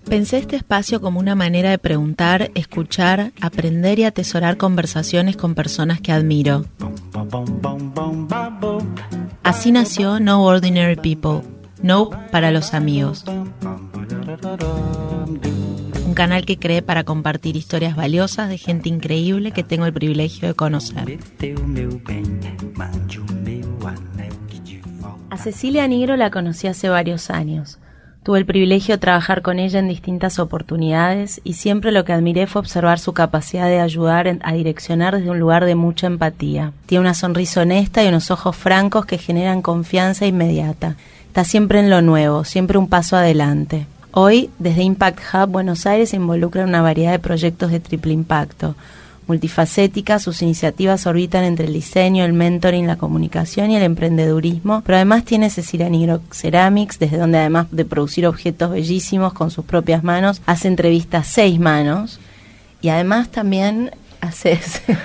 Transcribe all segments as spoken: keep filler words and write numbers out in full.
Pensé este espacio como una manera de preguntar, escuchar, aprender y atesorar conversaciones con personas que admiro. Así nació No Ordinary People, No para los amigos. Un canal que creé para compartir historias valiosas de gente increíble que tengo el privilegio de conocer. A Cecilia Nigro la conocí hace varios años. Tuve el privilegio de trabajar con ella en distintas oportunidades y siempre lo que admiré fue observar su capacidad de ayudar a direccionar desde un lugar de mucha empatía. Tiene una sonrisa honesta y unos ojos francos que generan confianza inmediata. Está siempre en lo nuevo, siempre un paso adelante. Hoy, desde Impact Hub Buenos Aires, se involucra en una variedad de proyectos de triple impacto. Multifacética, sus iniciativas orbitan entre el diseño, el mentoring, la comunicación y el emprendedurismo, pero además tiene Cecilia Nigro Ceramics, desde donde además de producir objetos bellísimos con sus propias manos, hace entrevistas seis manos y además también hace...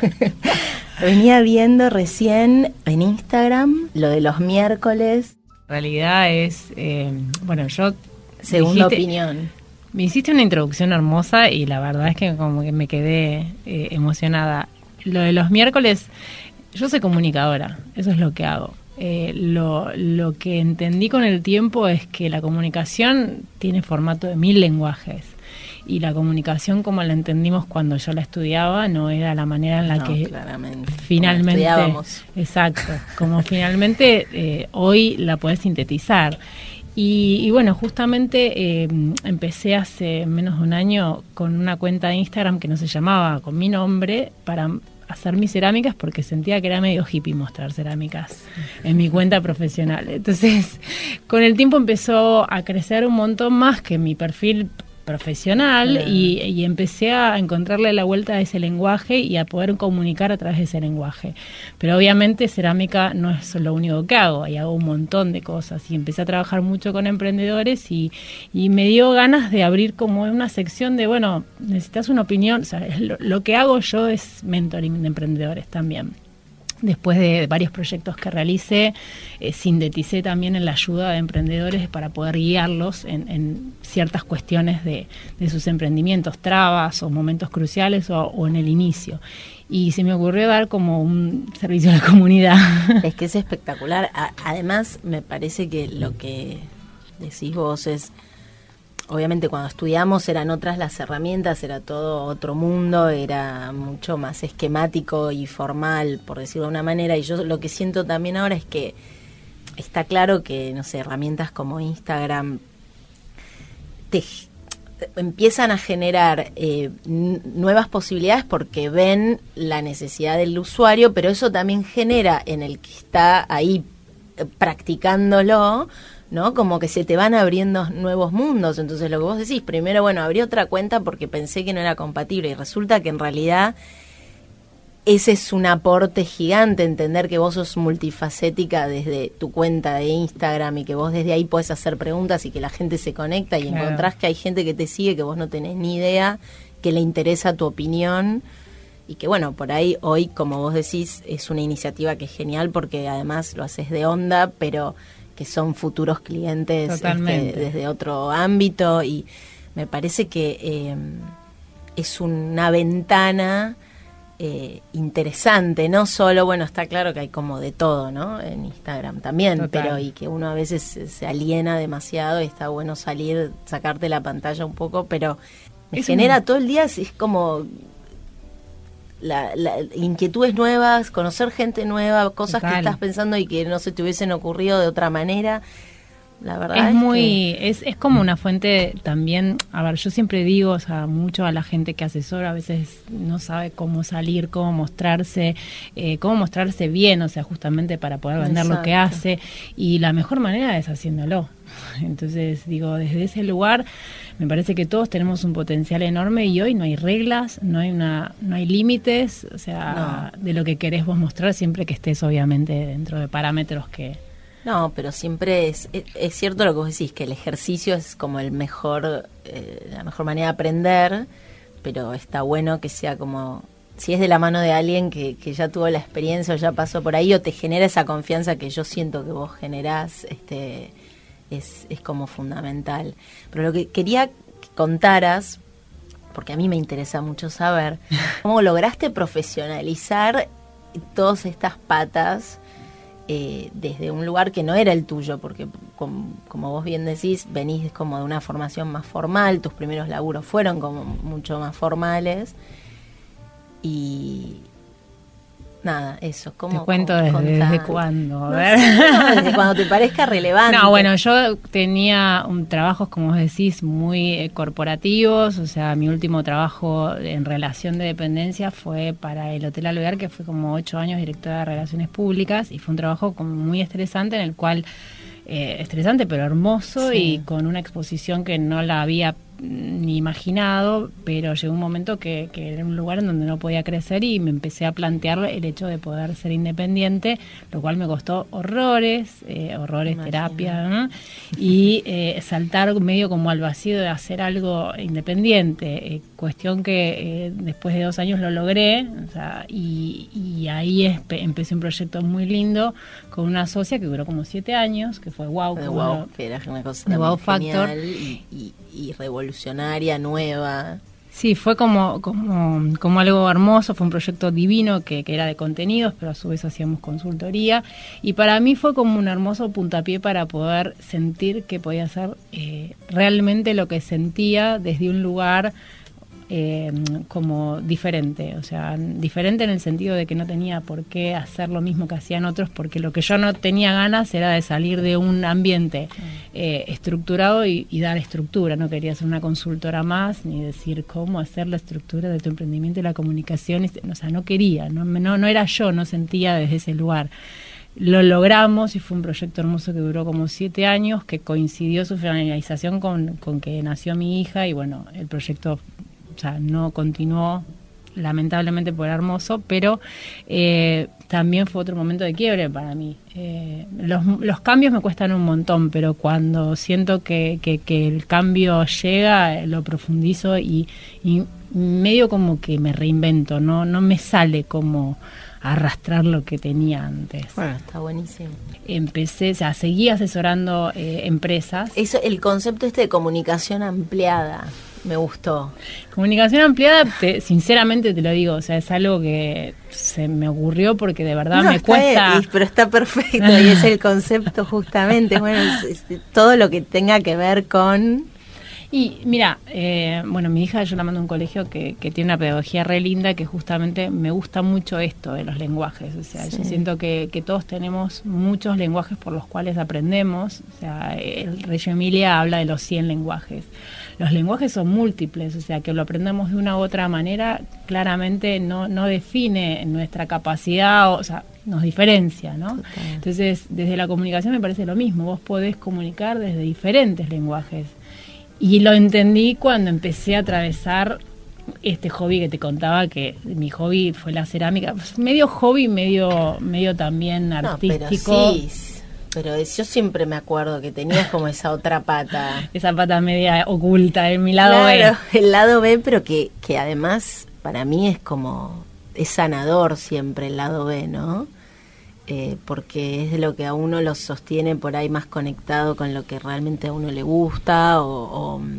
Venía viendo recién en Instagram lo de los miércoles. En realidad es, eh, bueno, yo... Segunda opinión. Me hiciste una introducción hermosa y la verdad es que como que me quedé eh, emocionada. Lo de los miércoles, yo soy comunicadora, eso es lo que hago. Eh, lo, lo que entendí con el tiempo es que la comunicación tiene formato de mil lenguajes. Y la comunicación como la entendimos cuando yo la estudiaba no era la manera en la no, que claramente. finalmente... Exacto, como finalmente eh, hoy la podés sintetizar. Y, y bueno, justamente eh, empecé hace menos de un año con una cuenta de Instagram que no se llamaba con mi nombre para hacer mis cerámicas porque sentía que era medio hippie mostrar cerámicas en mi cuenta profesional. Entonces, con el tiempo empezó a crecer un montón más que mi perfil profesional claro. y, y empecé a encontrarle la vuelta a ese lenguaje y a poder comunicar a través de ese lenguaje. Pero obviamente cerámica no es lo único que hago, y hago un montón de cosas y empecé a trabajar mucho con emprendedores y, y me dio ganas de abrir como una sección de, bueno, necesitas una opinión, o sea, lo, lo que hago yo es mentoring de emprendedores también. Después de varios proyectos que realicé, eh, sinteticé también en la ayuda de emprendedores para poder guiarlos en, en ciertas cuestiones de, de sus emprendimientos, trabas o momentos cruciales o, o en el inicio. Y se me ocurrió dar como un servicio a la comunidad. Es que es espectacular. A, además, me parece que lo que decís vos es... Obviamente cuando estudiamos eran otras las herramientas, era todo otro mundo, era mucho más esquemático y formal, por decirlo de una manera, y yo lo que siento también ahora es que está claro que, no sé, herramientas como Instagram te empiezan a generar eh, n- nuevas posibilidades porque ven la necesidad del usuario, pero eso también genera en el que está ahí eh, practicándolo, ¿no? Como que se te van abriendo nuevos mundos. Entonces lo que vos decís, primero, bueno, abrí otra cuenta porque pensé que no era compatible y resulta que en realidad ese es un aporte gigante, entender que vos sos multifacética desde tu cuenta de Instagram y que vos desde ahí podés hacer preguntas y que la gente se conecta y claro. encontrás que hay gente que te sigue que vos no tenés ni idea, que le interesa tu opinión y que bueno, por ahí hoy, como vos decís, es una iniciativa que es genial porque además lo haces de onda, pero que son futuros clientes este, desde otro ámbito y me parece que eh, es una ventana eh, interesante, no solo, bueno, está claro que hay como de todo, ¿no? En Instagram también, Total. pero y que uno a veces se aliena demasiado y está bueno salir, sacarte la pantalla un poco, pero me es genera un... todo el día, es, es como... La, la, inquietudes nuevas, conocer gente nueva, cosas Total. que estás pensando y que no se te hubiesen ocurrido de otra manera. La verdad es, es muy, que... es, es como una fuente también, a ver, yo siempre digo, o sea, mucho a la gente que asesora, a veces no sabe cómo salir, cómo mostrarse, eh, cómo mostrarse bien, o sea, justamente para poder vender Exacto. lo que hace, y la mejor manera es haciéndolo. Entonces, digo, desde ese lugar me parece que todos tenemos un potencial enorme y hoy no hay reglas, no hay una no hay límites, o sea, no. de lo que querés vos mostrar siempre que estés obviamente dentro de parámetros que... No, pero siempre es, es, es cierto lo que vos decís, que el ejercicio es como el mejor, eh, la mejor manera de aprender, pero está bueno que sea como... Si es de la mano de alguien que, que ya tuvo la experiencia o ya pasó por ahí o te genera esa confianza que yo siento que vos generás, este... Es, es como fundamental. Pero lo que quería que contaras, porque a mí me interesa mucho saber, cómo lograste profesionalizar todas estas patas eh, desde un lugar que no era el tuyo, porque com, como vos bien decís, venís como de una formación más formal, tus primeros laburos fueron como mucho más formales, y nada, eso. ¿Cómo, te cuento desde, desde cuándo, a no ver. sé, no, desde cuando te parezca relevante. No, bueno, yo tenía un trabajos, como vos decís, muy eh, corporativos, o sea, mi último trabajo en relación de dependencia fue para el Hotel Alvear, que fue como ocho años directora de Relaciones Públicas, y fue un trabajo como muy estresante, en el cual, eh, estresante pero hermoso, sí. Y con una exposición que no la había ni imaginado, pero llegó un momento que, que era un lugar en donde no podía crecer y me empecé a plantear el hecho de poder ser independiente, lo cual me costó horrores, eh, horrores, Imagina. terapia, ¿no? Y eh, saltar medio como al vacío de hacer algo independiente, eh, cuestión que eh, después de dos años lo logré, o sea, y, y ahí espe- empecé un proyecto muy lindo con una socia que duró como siete años, que fue Wow, de que, wow, bueno, que era una cosa de Wow Factor y, y, y revolucionaria, nueva. Sí, fue como, como, como algo hermoso, fue un proyecto divino que, que era de contenidos, pero a su vez hacíamos consultoría, y para mí fue como un hermoso puntapié para poder sentir que podía hacer eh, realmente lo que sentía desde un lugar eh, como diferente, o sea, diferente en el sentido de que no tenía por qué hacer lo mismo que hacían otros, porque lo que yo no tenía ganas era de salir de un ambiente eh, estructurado y, y dar estructura. No quería ser una consultora más, ni decir cómo hacer la estructura de tu emprendimiento y la comunicación, o sea, no quería, no, no, no era yo, no sentía desde ese lugar. Lo logramos y fue un proyecto hermoso que duró como siete años, que coincidió su finalización con, con que nació mi hija, y bueno, el proyecto, o sea, no continuó lamentablemente por hermoso, pero eh, también fue otro momento de quiebre para mí. Eh, los, los cambios me cuestan un montón, pero cuando siento que, que, que el cambio llega, lo profundizo y, y medio como que me reinvento, no, no me sale como arrastrar lo que tenía antes. Bueno, está buenísimo. Empecé, o sea, seguí asesorando eh, empresas. Eso, el concepto este de comunicación ampliada, me gustó. Comunicación ampliada, te, sinceramente te lo digo, o sea, es algo que se me ocurrió porque de verdad no, me está cuesta. Bien, pero está perfecto, y es el concepto justamente, bueno, es, es todo lo que tenga que ver con... Y mira, eh, bueno, mi hija, yo la mando a un colegio que, que tiene una pedagogía re linda, que justamente me gusta mucho esto de los lenguajes. O sea, sí. Yo siento que, que todos tenemos muchos lenguajes por los cuales aprendemos. O sea, el Reggio Emilia habla de los cien lenguajes. Los lenguajes son múltiples, o sea, que lo aprendamos de una u otra manera, claramente no, no define nuestra capacidad, o sea, nos diferencia, ¿no? Total. Entonces, desde la comunicación me parece lo mismo. Vos podés comunicar desde diferentes lenguajes. Y lo entendí cuando empecé a atravesar este hobby que te contaba, que mi hobby fue la cerámica, medio hobby, medio medio también artístico. No, pero sí, pero yo siempre me acuerdo que tenías como esa otra pata. Esa pata media oculta, en mi lado claro, B. el lado B, pero que, que además para mí es como, es sanador siempre el lado B, ¿no? Eh, porque es de lo que a uno lo sostiene por ahí más conectado con lo que realmente a uno le gusta o, o,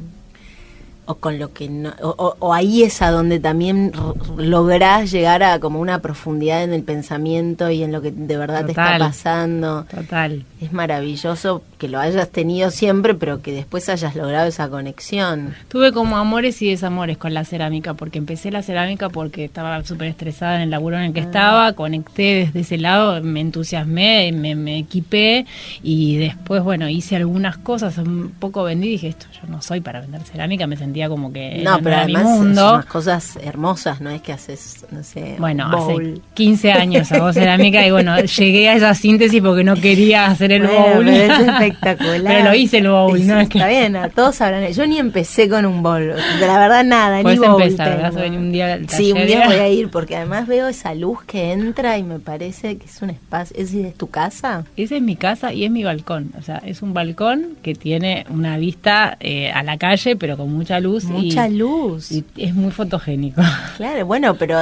o con lo que no, o, o ahí es a donde también r- lográs llegar a como una profundidad en el pensamiento y en lo que de verdad total, te está pasando. Total. Es maravilloso que lo hayas tenido siempre, pero que después hayas logrado esa conexión. Tuve como amores y desamores con la cerámica, porque empecé la cerámica porque estaba súper estresada en el laburo en el que ah. estaba, conecté desde ese lado, me entusiasmé, me, me equipé, y después, bueno, hice algunas cosas, un poco vendí y dije, esto yo no soy para vender cerámica, me sentía como que no, no pero era además mi mundo. Son unas cosas hermosas, no es que haces, no sé, bueno, bowl. Hace quince años hago cerámica y bueno, llegué a esa síntesis porque no quería hacer el bueno, bowl. Pero es espectacular. Pero lo hice el bowl, sí, ¿no? Sí, está bien, a todos sabrán. Yo ni empecé con un bowl, de la verdad nada, ni bowl. Puedes empezar, vas a venir un día al taller. Sí, un día voy a ir porque además veo esa luz que entra y me parece que es un espacio. ¿Es de tu casa? Esa es mi casa y es mi balcón, o sea, es un balcón que tiene una vista eh, a la calle, pero con mucha luz. Mucha y, luz. Y es muy fotogénico. Claro, bueno, pero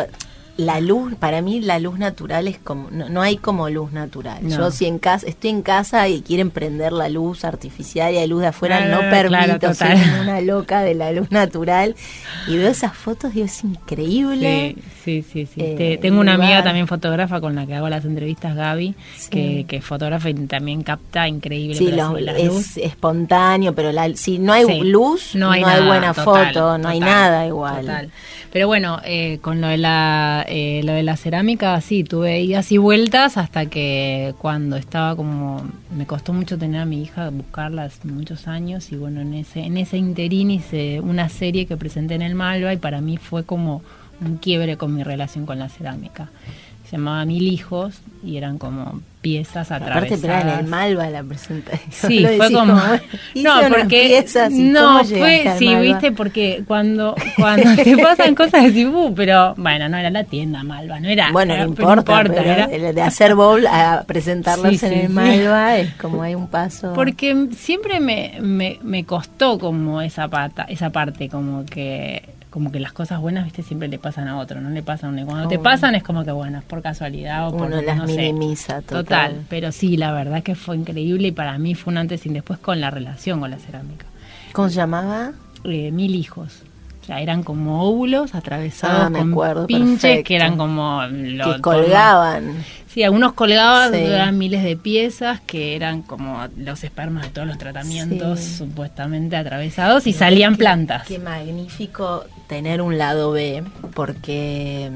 la luz, para mí la luz natural es como, no, no hay como luz natural. No. Yo si en casa, estoy en casa y quieren prender la luz artificial y hay luz de afuera, Claro, no permito, claro, soy total. como una loca de la luz natural y veo esas fotos y digo, es increíble. Sí, sí, sí. sí. Eh, Te- tengo una lugar. amiga también fotógrafa con la que hago las entrevistas, Gaby, Sí. que, que fotógrafa y también capta increíble. Sí, pero los- sí, la es luz. espontánteo, pero la, si no hay Sí. luz, no hay, nada, buena total, foto, no hay total, nada igual. total. Pero bueno, eh, con lo de la eh, lo de la cerámica, sí, tuve idas y vueltas hasta que cuando estaba como, me costó mucho tener a mi hija, buscarla hace muchos años y bueno, en ese en ese interín hice una serie que presenté en el Malva y para mí fue como un quiebre con mi relación con la cerámica. Se llamaba Mil Hijos y eran como piezas atravesadas. Aparte, pero era en el Malva la presentación. Sí, Lo fue decís como, hice no, unas porque piezas y no ¿cómo llegaste fue, al sí, Malva? viste, porque cuando cuando te pasan cosas decís, uh, pero bueno, no era la tienda Malva, no era. Bueno, no era- importa, pero era- de, de hacer bowl a presentarlos Sí, en sí, el sí. Malva es como hay un paso. Porque siempre me, me, me costó como esa pata, esa parte, como que como que las cosas buenas, viste, siempre le pasan a otro, no le pasan a uno. Y cuando te Oh. pasan es como que bueno, es por casualidad o por Uno las no sé. minimiza, total. Total, pero sí, la verdad que fue increíble y para mí fue un antes y un después con la relación con la cerámica. ¿Cómo se llamaba? Eh, mil hijos. O sea, eran como óvulos atravesados Ah, me con acuerdo, pinches perfecto. que eran como... lo- Que colgaban. Sí, algunos colgaban, Sí. eran miles de piezas que eran como los espermas de todos los tratamientos Sí. supuestamente atravesados y salían Qué- plantas. Qué magnífico tener un lado B, porque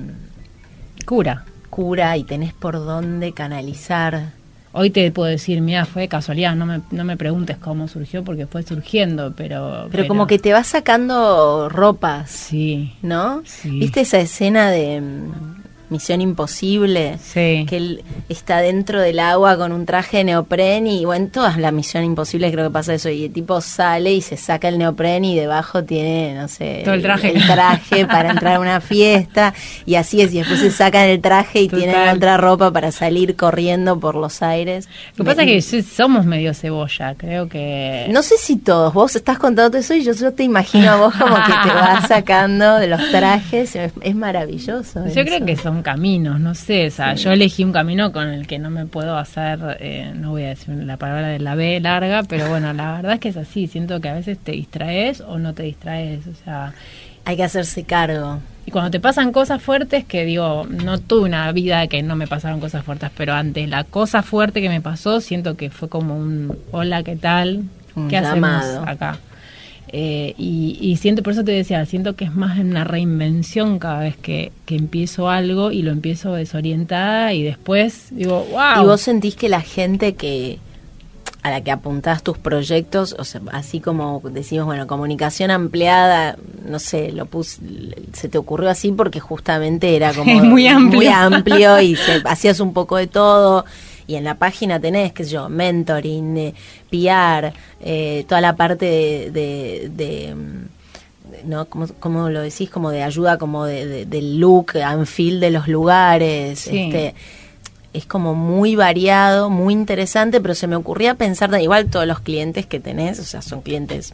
Cura. cura y tenés por dónde canalizar. Hoy te puedo decir, mira, fue de casualidad, no me, no me preguntes cómo surgió porque fue surgiendo, pero... Pero, como que te vas sacando ropas, Sí, ¿no? Sí. ¿Viste esa escena de mm, Misión Imposible? sí. Que él está dentro del agua con un traje de neopren y bueno, en todas las Misiones Imposibles creo que pasa eso y el tipo sale y se saca el neopren y debajo tiene, no sé, Todo el traje. el traje para entrar a una fiesta y así es, y después se sacan el traje y Total. tienen otra ropa para salir corriendo por los aires. Lo que pasa es que sí, somos medio cebolla, creo que... No sé si todos, vos estás contando todo eso y yo, yo te imagino a vos como que te vas sacando de los trajes, es, es maravilloso. Yo eso. creo que son caminos, no sé, o sea, yo elegí un camino con el que no me puedo hacer, eh, no voy a decir la palabra de la B larga, pero bueno, la verdad es que es así, siento que a veces te distraes o no te distraes, o sea, Hay que hacerse cargo. y cuando te pasan cosas fuertes, que digo, no tuve una vida que no me pasaron cosas fuertes, pero ante la cosa fuerte que me pasó, siento que fue como un, hola, ¿qué tal? Un ¿Qué llamado. hacemos acá? Eh, y, y siento, por eso te decía, siento que es más una reinvención cada vez que, que empiezo algo y lo empiezo desorientada y después digo, wow. ¿Y vos sentís que la gente que a la que apuntás tus proyectos, o sea, así como decimos, bueno, comunicación ampliada, no sé, lo pus, se te ocurrió así porque justamente era como Muy amplio. muy amplio y se, hacías un poco de todo? Y en la página tenés, qué sé yo, mentoring, eh, P R, eh, toda la parte de, de, de ¿no? ¿Cómo, cómo lo decís? Como de ayuda, como de, de, del look and feel de los lugares. Sí. Este, es como muy variado, muy interesante, pero se me ocurría pensar, igual todos los clientes que tenés, o sea, son clientes...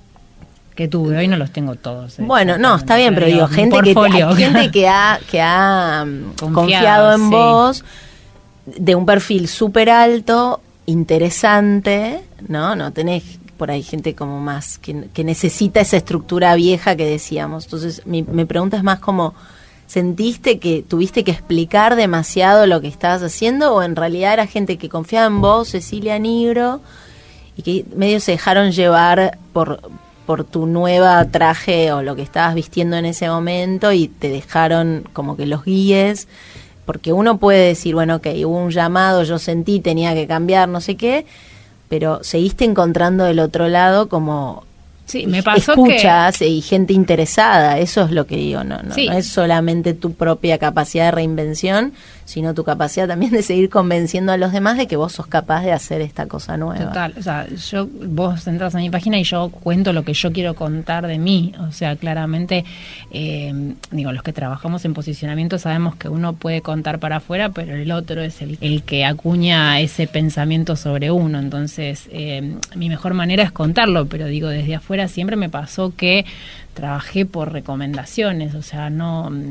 Que tuve, hoy no los tengo todos. eh, Bueno, no, está bien, pero digo, mi gente que, portfolio. hay gente que ha, que ha um, Confiado, confiado en sí. vos, de un perfil súper alto, interesante, ¿no? No tenés por ahí gente como más que, que necesita esa estructura vieja que decíamos. Entonces, mi, mi pregunta es más como, ¿sentiste que tuviste que explicar demasiado lo que estabas haciendo o en realidad era gente que confiaba en vos, Cecilia Nigro, y que medio se dejaron llevar por... por tu nueva traje o lo que estabas vistiendo en ese momento y te dejaron como que los guíes, porque uno puede decir, bueno, ok, hubo un llamado, yo sentí, tenía que cambiar, no sé qué, pero seguiste encontrando del otro lado como Sí, me pasó escuchas y gente interesada, eso es lo que digo, no, no, Sí. no es solamente tu propia capacidad de reinvención, sino tu capacidad también de seguir convenciendo a los demás de que vos sos capaz de hacer esta cosa nueva. Total, o sea, yo vos entras a mi página y yo cuento lo que yo quiero contar de mí, o sea, claramente, eh, digo, los que trabajamos en posicionamiento sabemos que uno puede contar para afuera, pero el otro es el, el que acuña ese pensamiento sobre uno, entonces eh, mi mejor manera es contarlo, pero digo, desde afuera siempre me pasó que trabajé por recomendaciones, o sea, no...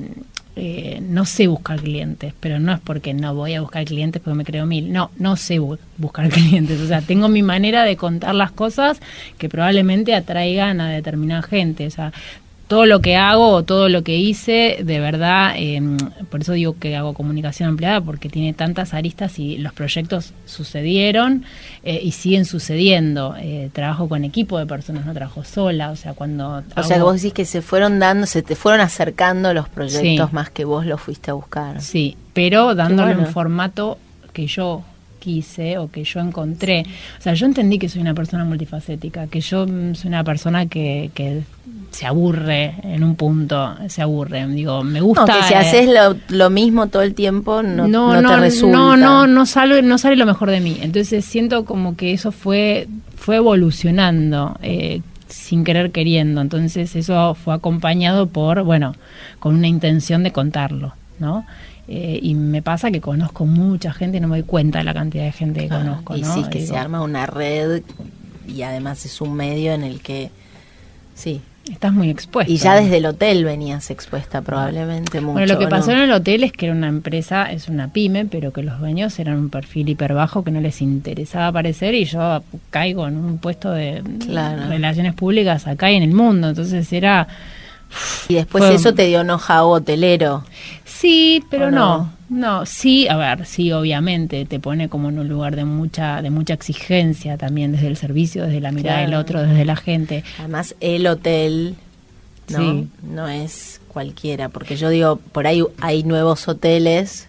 eh, no sé buscar clientes, pero no es porque no voy a buscar clientes porque me creo mil, no, no sé bu- buscar clientes, o sea, tengo mi manera de contar las cosas que probablemente atraigan a determinada gente, o sea, todo lo que hago, todo lo que hice, de verdad, eh, por eso digo que hago comunicación ampliada, porque tiene tantas aristas y los proyectos sucedieron eh, y siguen sucediendo. Eh, trabajo con equipo de personas, no trabajo sola, o sea, cuando... O hago... sea, que vos decís que se fueron dando, se te fueron acercando los proyectos Sí. más que vos los fuiste a buscar. Sí, pero dándole bueno. un formato que yo quise o que yo encontré. O sea, yo entendí que soy una persona multifacética, que yo mm, soy una persona que, que se aburre en un punto, se aburre. Digo, me gusta... No, que si eh, haces lo, lo mismo todo el tiempo, no, no, no, no, te resulta. no, no, no sale, no sale lo mejor de mí. Entonces siento como que eso fue, fue evolucionando, eh, sin querer queriendo. Entonces eso fue acompañado por, bueno, con una intención de contarlo, ¿no? Eh, y me pasa que conozco mucha gente y no me doy cuenta de la cantidad de gente que Claro, conozco, y ¿no? sí, que Digo, se arma una red y además es un medio en el que, sí. estás muy expuesta. Y ya desde el hotel venías expuesta probablemente mucho. Bueno, lo que pasó ¿no? en el hotel es que era una empresa, es una pyme, pero que los dueños eran un perfil hiper bajo que no les interesaba aparecer y yo caigo en un puesto de Claro. relaciones públicas acá y en el mundo. Entonces era... Y después fue- eso te dio know-how hotelero. Sí, pero ¿O no? no? no, sí, a ver, sí, obviamente te pone como en un lugar de mucha de mucha exigencia también desde el servicio, desde la mirada Claro. del otro, desde la gente. Además, el hotel, ¿no? Sí. No es cualquiera, porque yo digo, por ahí hay nuevos hoteles,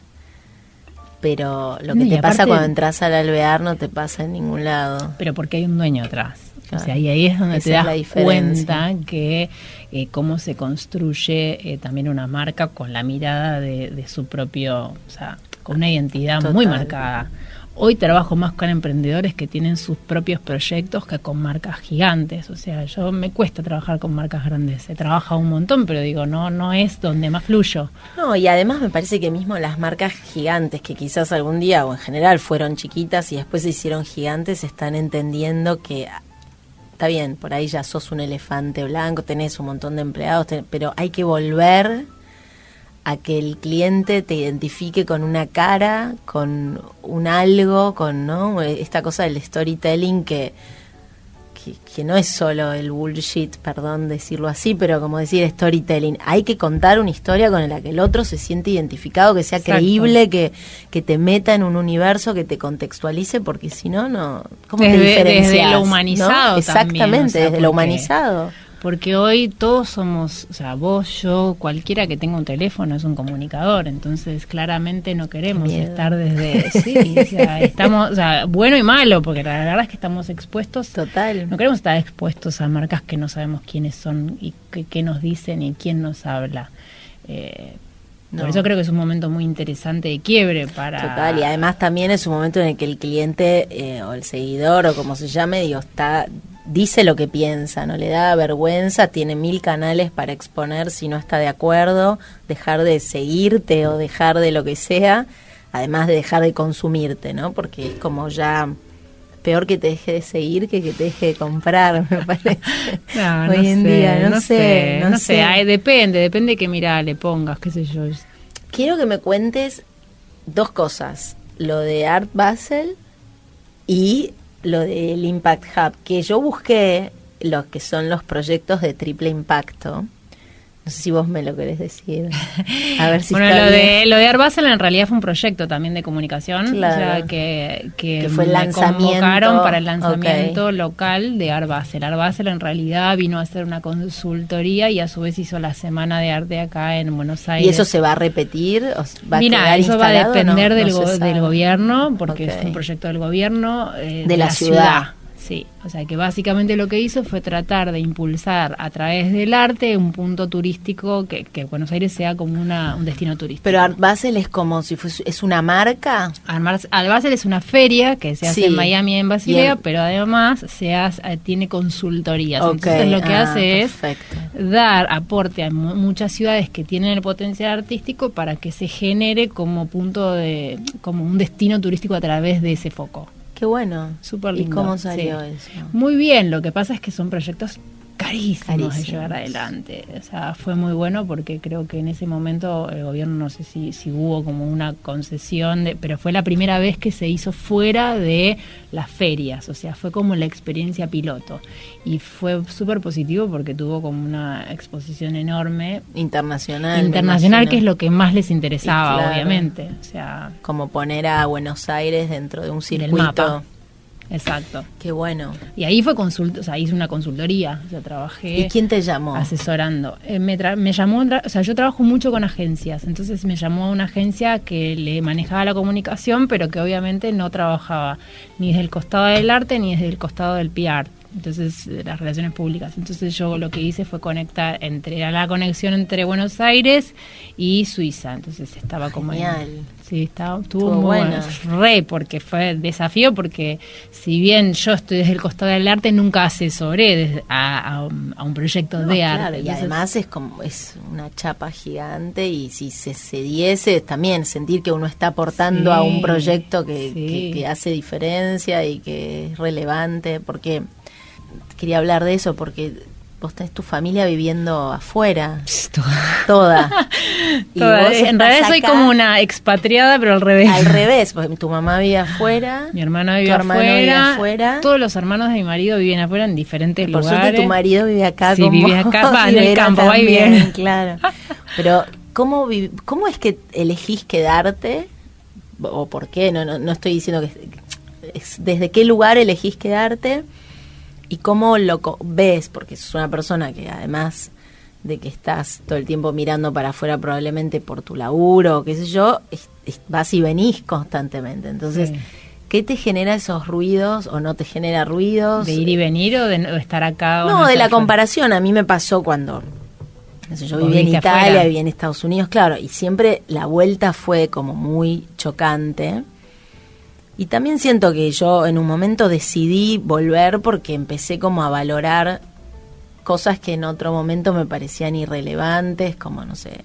pero lo que No, y te pasa aparte- cuando entras al Alvear no te pasa en ningún lado. Pero porque hay un dueño atrás. Claro. O sea, y ahí es donde Esa te es das la diferencia. cuenta que eh, cómo se construye eh, también una marca con la mirada de, de su propio, o sea, con una identidad Total. muy marcada. Hoy trabajo más con emprendedores que tienen sus propios proyectos que con marcas gigantes. O sea, yo me cuesta trabajar con marcas grandes. Se trabaja un montón, pero digo, no, no es donde más fluyo. No, y además me parece que mismo las marcas gigantes, que quizás algún día o en general fueron chiquitas y después se hicieron gigantes, están entendiendo que está bien, por ahí ya sos un elefante blanco, tenés un montón de empleados, ten- pero hay que volver a que el cliente te identifique con una cara, con un algo, con no esta cosa del storytelling que, que, que no es solo el bullshit, perdón decirlo así, pero como decir storytelling, hay que contar una historia con la que el otro se siente identificado, que sea Exacto. creíble, que, que te meta en un universo, que te contextualice, porque si no, no, ¿cómo te Desde- diferencias? desde lo ¿no? humanizado Exactamente, también, o sea, desde lo porque- humanizado. Porque hoy todos somos, o sea, vos, yo, cualquiera que tenga un teléfono es un comunicador, entonces claramente no queremos Miedo. estar desde, sí, o sea, estamos, o sea, bueno y malo, porque la verdad es que estamos expuestos, Total. no queremos estar expuestos a marcas que no sabemos quiénes son y qué, qué nos dicen y quién nos habla. Eh, No. Por eso creo que es un momento muy interesante de quiebre para... Total, y además también es un momento en el que el cliente eh, o el seguidor o como se llame, digo, está dice lo que piensa, no le da vergüenza, tiene mil canales para exponer si no está de acuerdo, dejar de seguirte o dejar de lo que sea, además de dejar de consumirte, ¿no? Porque es como ya peor que te deje de seguir que que te deje de comprar, me parece. No, no Hoy en sé, día, no, no sé, sé, no, no sé. sé, ay, depende, depende de qué mirada le pongas, qué sé yo. Quiero que me cuentes dos cosas, lo de Art Basel y lo del Impact Hub, que yo busqué lo que son los proyectos de triple impacto. No sé si vos me lo querés decir. A ver si Bueno, está lo bien. de, lo de Art Basel en realidad fue un proyecto también de comunicación, Claro. o sea, que, que, Que fue el me lanzamiento. convocaron para el lanzamiento Ok. local de Art Basel. Art Basel en realidad vino a hacer una consultoría y a su vez hizo la Semana de Arte acá en Buenos Aires. ¿Y eso se va a repetir? ¿O va a Mira, quedar eso va a instalado? depender No, del, no se go- sabe. del gobierno, porque Ok. es un proyecto del gobierno eh, De la ciudad. Sí, o sea que básicamente lo que hizo fue tratar de impulsar a través del arte un punto turístico que, que Buenos Aires sea como una, un destino turístico. Pero Art Basel es como si fuese, es una marca. Art Basel es una feria que se hace Sí. en Miami y en Basilea, Bien. pero además se hace, eh, tiene consultorías. Ok, Entonces lo que ah, hace es perfecto. dar aporte a mu- muchas ciudades que tienen el potencial artístico para que se genere como punto de, como un destino turístico a través de ese foco. Qué bueno. Súper ¿Y lindo. cómo salió Sí. eso? Muy bien, lo que pasa es que son proyectos carísimos Carísimos. de llevar adelante. O sea, fue muy bueno porque creo que en ese momento el gobierno, no sé si, si hubo como una concesión, de, pero fue la primera vez que se hizo fuera de las ferias, o sea, fue como la experiencia piloto. Y fue súper positivo porque tuvo como una exposición enorme. Internacional. Internacional, que es lo que más les interesaba, claro, obviamente. O sea, como poner a Buenos Aires dentro de un circuito. Del mapa. Exacto. Qué bueno. Y ahí fue consult, o sea, hice una consultoría, o sea, trabajé. ¿Y quién te llamó? Asesorando. Eh, me, tra- me llamó, o sea, yo trabajo mucho con agencias, entonces me llamó una agencia que le manejaba la comunicación, pero que obviamente no trabajaba ni desde el costado del arte ni desde el costado del P R. Entonces, de las relaciones públicas. Entonces yo lo que hice fue conectar entre era la conexión entre Buenos Aires y Suiza. Entonces estaba como Genial. en, sí, estaba, estuvo Estuvo muy bueno. bueno. Re, porque fue desafío, porque si bien yo estoy desde el costado del arte, nunca asesoré desde a, a, un, a un proyecto No, de claro, arte. y Entonces, además es como es una chapa gigante y si se cediese también sentir que uno está aportando Sí, a un proyecto que, sí. que, que hace diferencia y que es relevante, porque quería hablar de eso porque vos tenés tu familia viviendo afuera, toda. Y Toda, vos en estás realidad soy acá como una expatriada, pero al revés. al revés, porque tu mamá vive afuera, Mi hermano tu vive hermano afuera, vive afuera. todos los hermanos de mi marido viven afuera en diferentes Por lugares. suerte tu marido vive acá Sí, con vive vos, acá, va, y en el Vera campo, va y también, viene. claro. Pero, ¿cómo, vi- ¿cómo es que elegís quedarte? ¿O por qué? No, no, no estoy diciendo que... es- ¿Desde qué lugar elegís quedarte? ¿Y cómo lo co- ves? Porque sos una persona que además de que estás todo el tiempo mirando para afuera probablemente por tu laburo, qué sé yo, es- es- vas y venís constantemente. Entonces... Sí. ¿Qué te genera esos ruidos o no te genera ruidos? ¿De ir y venir o de no- estar acá? o No, de estar la afuera? comparación. A mí me pasó cuando no sé, yo Vos viví en viviste Italia, afuera. viví en Estados Unidos, claro, y siempre la vuelta fue como muy chocante. Y también siento que yo en un momento decidí volver porque empecé como a valorar cosas que en otro momento me parecían irrelevantes, como, no sé,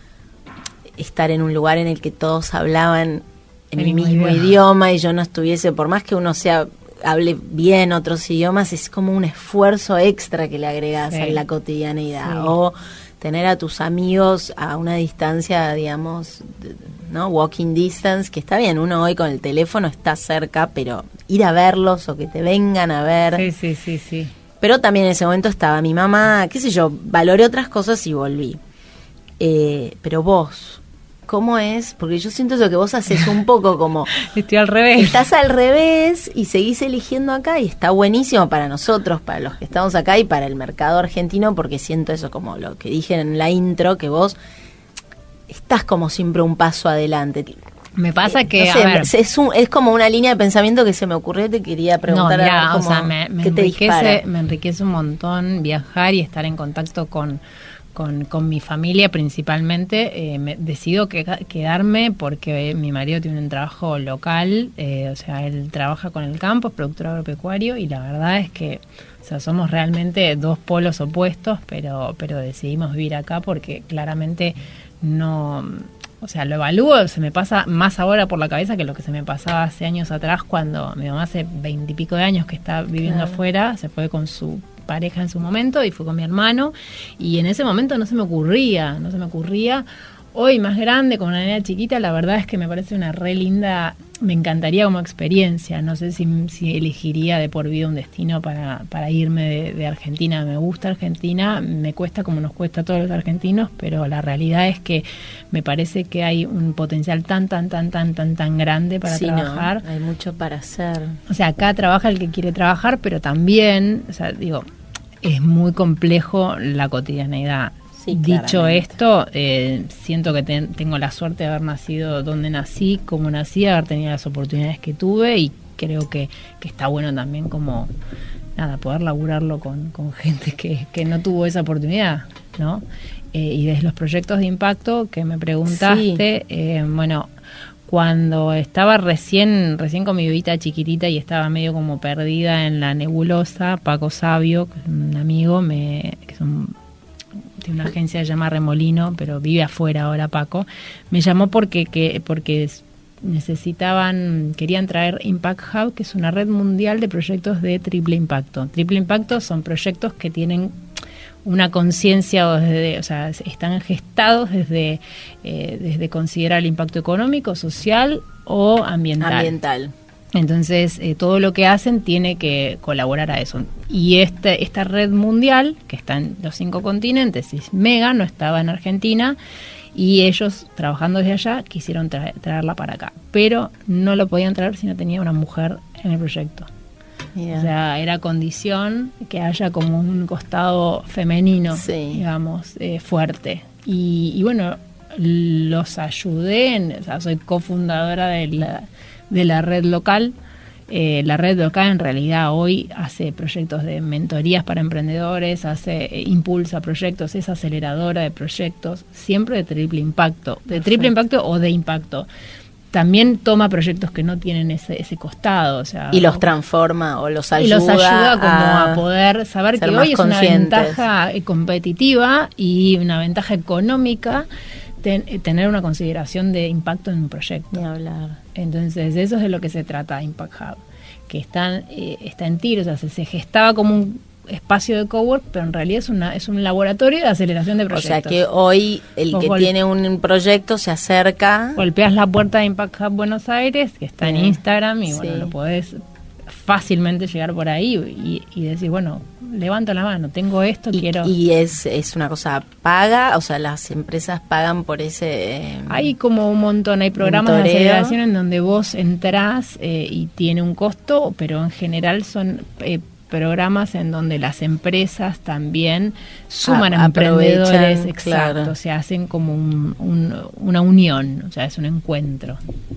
estar en un lugar en el que todos hablaban en El mi mismo mismo idioma. idioma y yo no estuviese, por más que uno sea hable bien otros idiomas, es como un esfuerzo extra que le agregas Sí. a la cotidianeidad. Sí. O tener a tus amigos a una distancia, digamos, de- ¿no? Walking distance, que está bien, uno hoy con el teléfono está cerca, pero ir a verlos o que te vengan a ver. Sí, sí, sí, sí. Pero también en ese momento estaba mi mamá, qué sé yo, valoré otras cosas y volví. Eh, pero vos, ¿cómo es? Porque yo siento eso que vos haces un poco como... Estoy al revés. Estás al revés y seguís eligiendo acá y está buenísimo para nosotros, para los que estamos acá y para el mercado argentino, porque siento eso como lo que dije en la intro, que vos estás como siempre un paso adelante. Me pasa Eh, que, no sé, a ver, es, un- es como una línea de pensamiento que se me ocurrió, te quería preguntar. no, mirá, a ver o cómo- sea, me, me ¿qué te dispara? enriquece, me enriquece un montón viajar y estar en contacto con, con, con mi familia principalmente. Eh, me, decido que, quedarme porque mi marido tiene un trabajo local, eh, o sea, él trabaja con el campo, es productor agropecuario y la verdad es que, o sea, somos realmente dos polos opuestos, pero, pero decidimos vivir acá porque claramente no... O sea, lo evalúo, se me pasa más ahora por la cabeza que lo que se me pasaba hace años atrás cuando mi mamá hace veintipico de años que está viviendo Claro. afuera, se fue con su pareja en su momento y fue con mi hermano y en ese momento no se me ocurría, no se me ocurría. Hoy más grande, con una niña chiquita, la verdad es que me parece una re linda, me encantaría como experiencia, no sé si, si elegiría de por vida un destino para, para irme de, de Argentina. Me gusta Argentina, me cuesta como nos cuesta a todos los argentinos, pero la realidad es que me parece que hay un potencial tan, tan, tan, tan, tan, tan grande para Sí, no, trabajar. hay mucho para hacer. O sea, acá trabaja el que quiere trabajar, pero también, o sea, digo, es muy complejo la cotidianeidad. Sí, Dicho claramente. esto, eh, siento que ten- tengo la suerte de haber nacido donde nací, como nací, haber tenido las oportunidades que tuve y creo que, que está bueno también como, nada, poder laburarlo con, con gente que, que no tuvo esa oportunidad, ¿no? Eh, y desde los proyectos de impacto que me preguntaste, eh, bueno, cuando estaba recién recién con mi bebita chiquitita y estaba medio como perdida en la nebulosa, Paco Sabio, que es un amigo, me, que es un, tiene una agencia que se llama Remolino, pero vive afuera ahora Paco, me llamó porque que porque necesitaban, querían traer Impact Hub, que es una red mundial de proyectos de triple impacto. Triple impacto son proyectos que tienen una conciencia, o desde, o sea, están gestados desde, eh, desde considerar el impacto económico, social o ambiental. Ambiental. Entonces, eh, todo lo que hacen tiene que colaborar a eso. Y este, esta red mundial, que está en los cinco continentes, es mega, no estaba en Argentina, y ellos, trabajando desde allá, quisieron tra- traerla para acá. Pero no lo podían traer si no tenía una mujer en el proyecto. Yeah. O sea, era condición que haya como un costado femenino, sí. digamos, eh, fuerte. Y, y bueno, los ayudé, en, o sea, soy cofundadora de la... de la red local. Eh, la red local en realidad hoy hace proyectos de mentorías para emprendedores, hace eh, impulsa proyectos, es aceleradora de proyectos, siempre de triple impacto, de triple impacto o de impacto. También toma proyectos que no tienen ese, ese costado, o sea, y los transforma o los ayuda, y los ayuda como a, a poder saber que hoy es una ventaja competitiva y una ventaja económica ten, tener una consideración de impacto en un proyecto. Ni hablar. Entonces, eso es de lo que se trata Impact Hub, que está, eh, está en tiro, o sea, se, se gestaba como un espacio de cowork, pero en realidad es una es un laboratorio de aceleración de proyectos. O sea que hoy el Vos que gol- tiene un proyecto se acerca, golpeas la puerta de Impact Hub Buenos Aires, que está sí. en Instagram, y sí. bueno, lo podés fácilmente llegar por ahí y, y decir, bueno, levanto la mano, tengo esto, y, quiero... Y es, es una cosa paga, o sea, las empresas pagan por ese... Eh, hay como un montón, hay programas mentoreo. de aceleración en donde vos entrás eh, y tiene un costo, pero en general son... Eh, programas en donde las empresas también suman a, a emprendedores, exacto, claro. Se hacen como un, un, una unión, o sea, es un encuentro.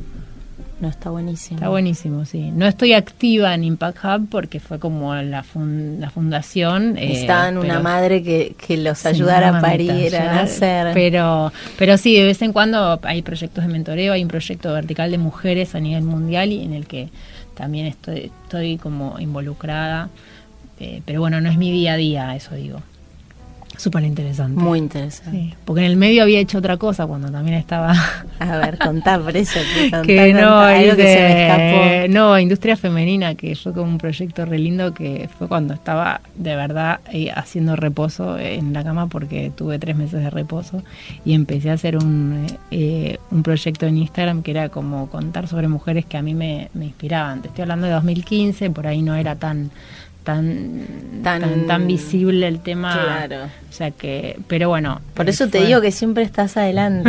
No, está buenísimo. Está buenísimo, sí. No estoy activa en Impact Hub porque fue como la, fun, la fundación. Estaban eh, una madre que, que los ayudara a parir, a nacer. Pero, pero sí, de vez en cuando hay proyectos de mentoreo, hay un proyecto vertical de mujeres a nivel mundial y en el que también estoy, estoy como involucrada, eh, pero bueno, no es mi día a día, eso digo. Súper interesante. Muy interesante. Sí, porque en el medio había hecho otra cosa cuando también estaba... A ver, contá por eso. Que, contá, que no, contá, algo de, que se me escapó. No, Industria Femenina, que fue como un proyecto re lindo que fue cuando estaba de verdad eh, haciendo reposo en la cama porque tuve tres meses de reposo y empecé a hacer un, eh, un proyecto en Instagram que era como contar sobre mujeres que a mí me, me inspiraban. Te estoy hablando de dos mil quince, por ahí no era tan... Tan, tan tan tan visible el tema, claro. O sea que, pero bueno, por eso fue... te digo que siempre estás adelante.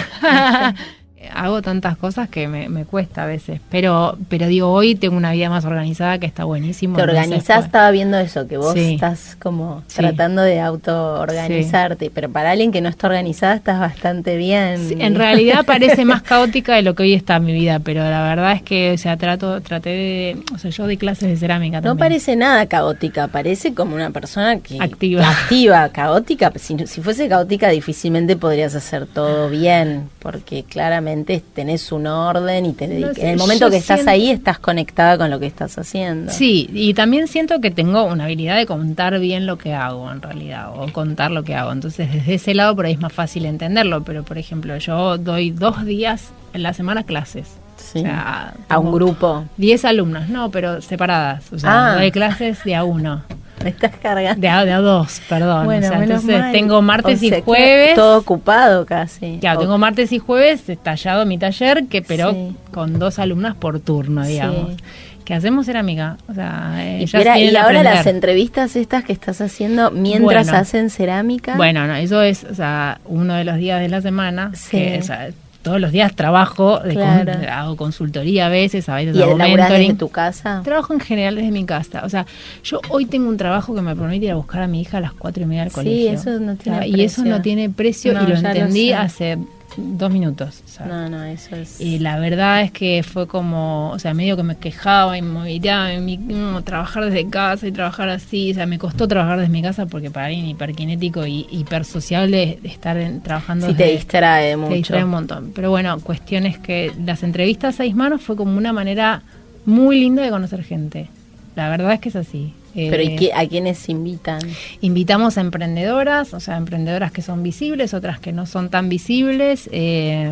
Hago tantas cosas que me, me cuesta a veces, pero pero digo, hoy tengo una vida más organizada que está buenísimo. Te organizás, estaba viendo eso, que vos sí. estás como sí. tratando de auto-organizarte, sí. pero para alguien que no está organizada estás bastante bien. Sí, en realidad parece más caótica de lo que hoy está mi vida, pero la verdad es que, o sea, trato, traté de, o sea, yo doy clases de cerámica también. No parece nada caótica, parece como una persona que activa, que activa, caótica. Si, si fuese caótica, difícilmente podrías hacer todo bien, porque claramente tenés un orden y te no sé, en el momento que estás siento... ahí estás conectada con lo que estás haciendo. Sí, y también siento que tengo una habilidad de contar bien lo que hago en realidad, o contar lo que hago, entonces desde ese lado por ahí es más fácil entenderlo, pero por ejemplo yo doy dos días en la semana clases. Sí. O sea, a un grupo. Diez alumnas, no, pero separadas, o sea, ah. doy clases de a uno. Me estás cargando. De a, de a dos, perdón. Bueno, o sea, menos entonces mal. tengo martes o sea, y jueves. Todo ocupado casi. Claro, o... tengo martes y jueves estallado mi taller, que pero sí. con dos alumnas por turno, digamos. Sí. Que hacemos cerámica. O sea, y, espera, y ahora las entrevistas estas que estás haciendo mientras bueno, hacen cerámica. Bueno, no, eso es, o sea, uno de los días de la semana. Sí. Que, o sea, todos los días trabajo, de claro. con, hago consultoría a veces, a veces ¿Y hago mentoring. ¿Y tu casa? Trabajo en general desde mi casa. O sea, yo hoy tengo un trabajo que me permite ir a buscar a mi hija a las cuatro y media del sí, colegio. Sí, eso no tiene o sea, precio. Y eso no tiene precio no, y lo entendí lo hace dos minutos. O sea, no, no, eso es... Y la verdad es que fue como, o sea, medio que me quejaba y me movilizaba, no, trabajar desde casa y trabajar así. O sea, me costó trabajar desde mi casa porque para alguien hiperkinético y hipersociable estar en, trabajando sí, desde, te distrae mucho. Te distrae un montón. Pero bueno, cuestiones que las entrevistas a seis manos fue como una manera muy linda de conocer gente. La verdad es que es así. ¿Pero y qué, a quiénes invitan? Invitamos a emprendedoras, o sea, emprendedoras que son visibles, otras que no son tan visibles, eh,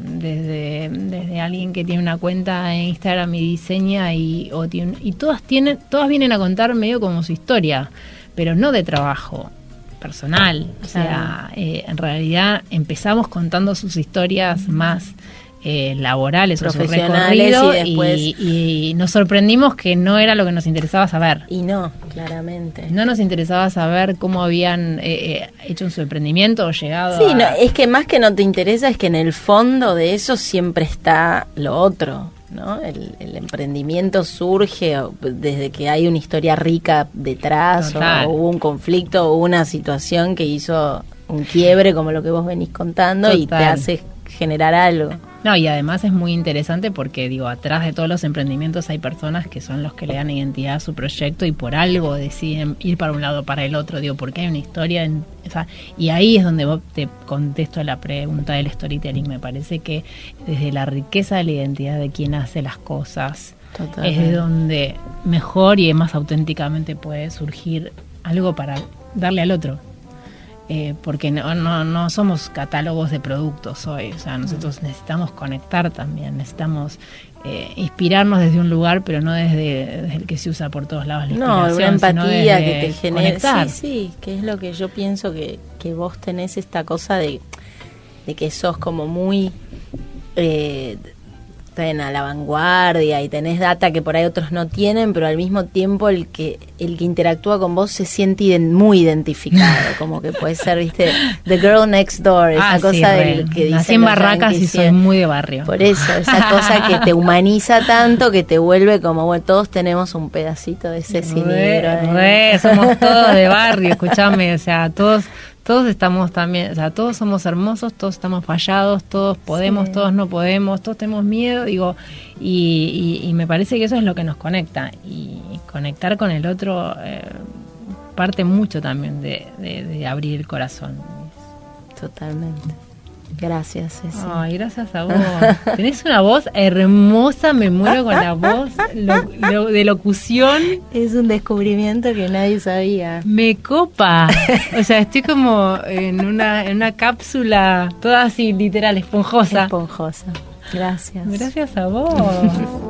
desde, desde alguien que tiene una cuenta en Instagram y diseña y, o tiene, y todas tienen, todas vienen a contar medio como su historia, pero no de trabajo. personal. O sea, eh, en realidad empezamos contando sus historias más eh, laborales o su recorrido, y, después... y, y nos sorprendimos que no era lo que nos interesaba saber. Y no, claramente. No nos interesaba saber cómo habían eh, hecho su emprendimiento o llegado sí, a... no, es que más que no te interesa es que en el fondo de eso siempre está lo otro, ¿no? El, el emprendimiento surge desde que hay una historia rica detrás, o, o hubo un conflicto o una situación que hizo un quiebre como lo que vos venís contando. Total. Y te hace generar algo. No, y además es muy interesante porque, digo, atrás de todos los emprendimientos hay personas que son los que le dan identidad a su proyecto y por algo deciden ir para un lado o para el otro, digo, porque hay una historia, en, o sea, y ahí es donde vos te contesto la pregunta del storytelling. Me parece que desde la riqueza de la identidad de quien hace las cosas, totalmente, es de donde mejor y más auténticamente puede surgir algo para darle al otro. Eh, porque no, no, no somos catálogos de productos hoy, o sea, nosotros necesitamos conectar también, necesitamos eh, inspirarnos desde un lugar, pero no desde, desde el que se usa por todos lados la inspiración, no, una empatía que te genera, sí, sí, que es lo que yo pienso que, que vos tenés esta cosa de, de que sos como muy eh, en a la vanguardia y tenés data que por ahí otros no tienen, pero al mismo tiempo el que el que interactúa con vos se siente ident- muy identificado, como que puede ser, viste, the girl next door, esa ah, cosa sí, del que dicen nací en Barracas y soy muy de barrio. Por eso, esa cosa que te humaniza tanto que te vuelve como, bueno, todos tenemos un pedacito de ese re, re, somos todos de barrio, escuchame, o sea, todos Todos estamos también, o sea, todos somos hermosos, todos estamos fallados, todos podemos, sí, todos no podemos, todos tenemos miedo, digo, y, y, y me parece que eso es lo que nos conecta, y conectar con el otro eh, parte mucho también de, de, de abrir el corazón. Totalmente. Gracias, Ceci. Ay, gracias a vos. Tenés una voz hermosa, me muero con la voz lo, lo, de locución. Es un descubrimiento que nadie sabía. Me copa. O sea, estoy como en una, en una cápsula toda así, literal, esponjosa. Esponjosa. Gracias. Gracias a vos.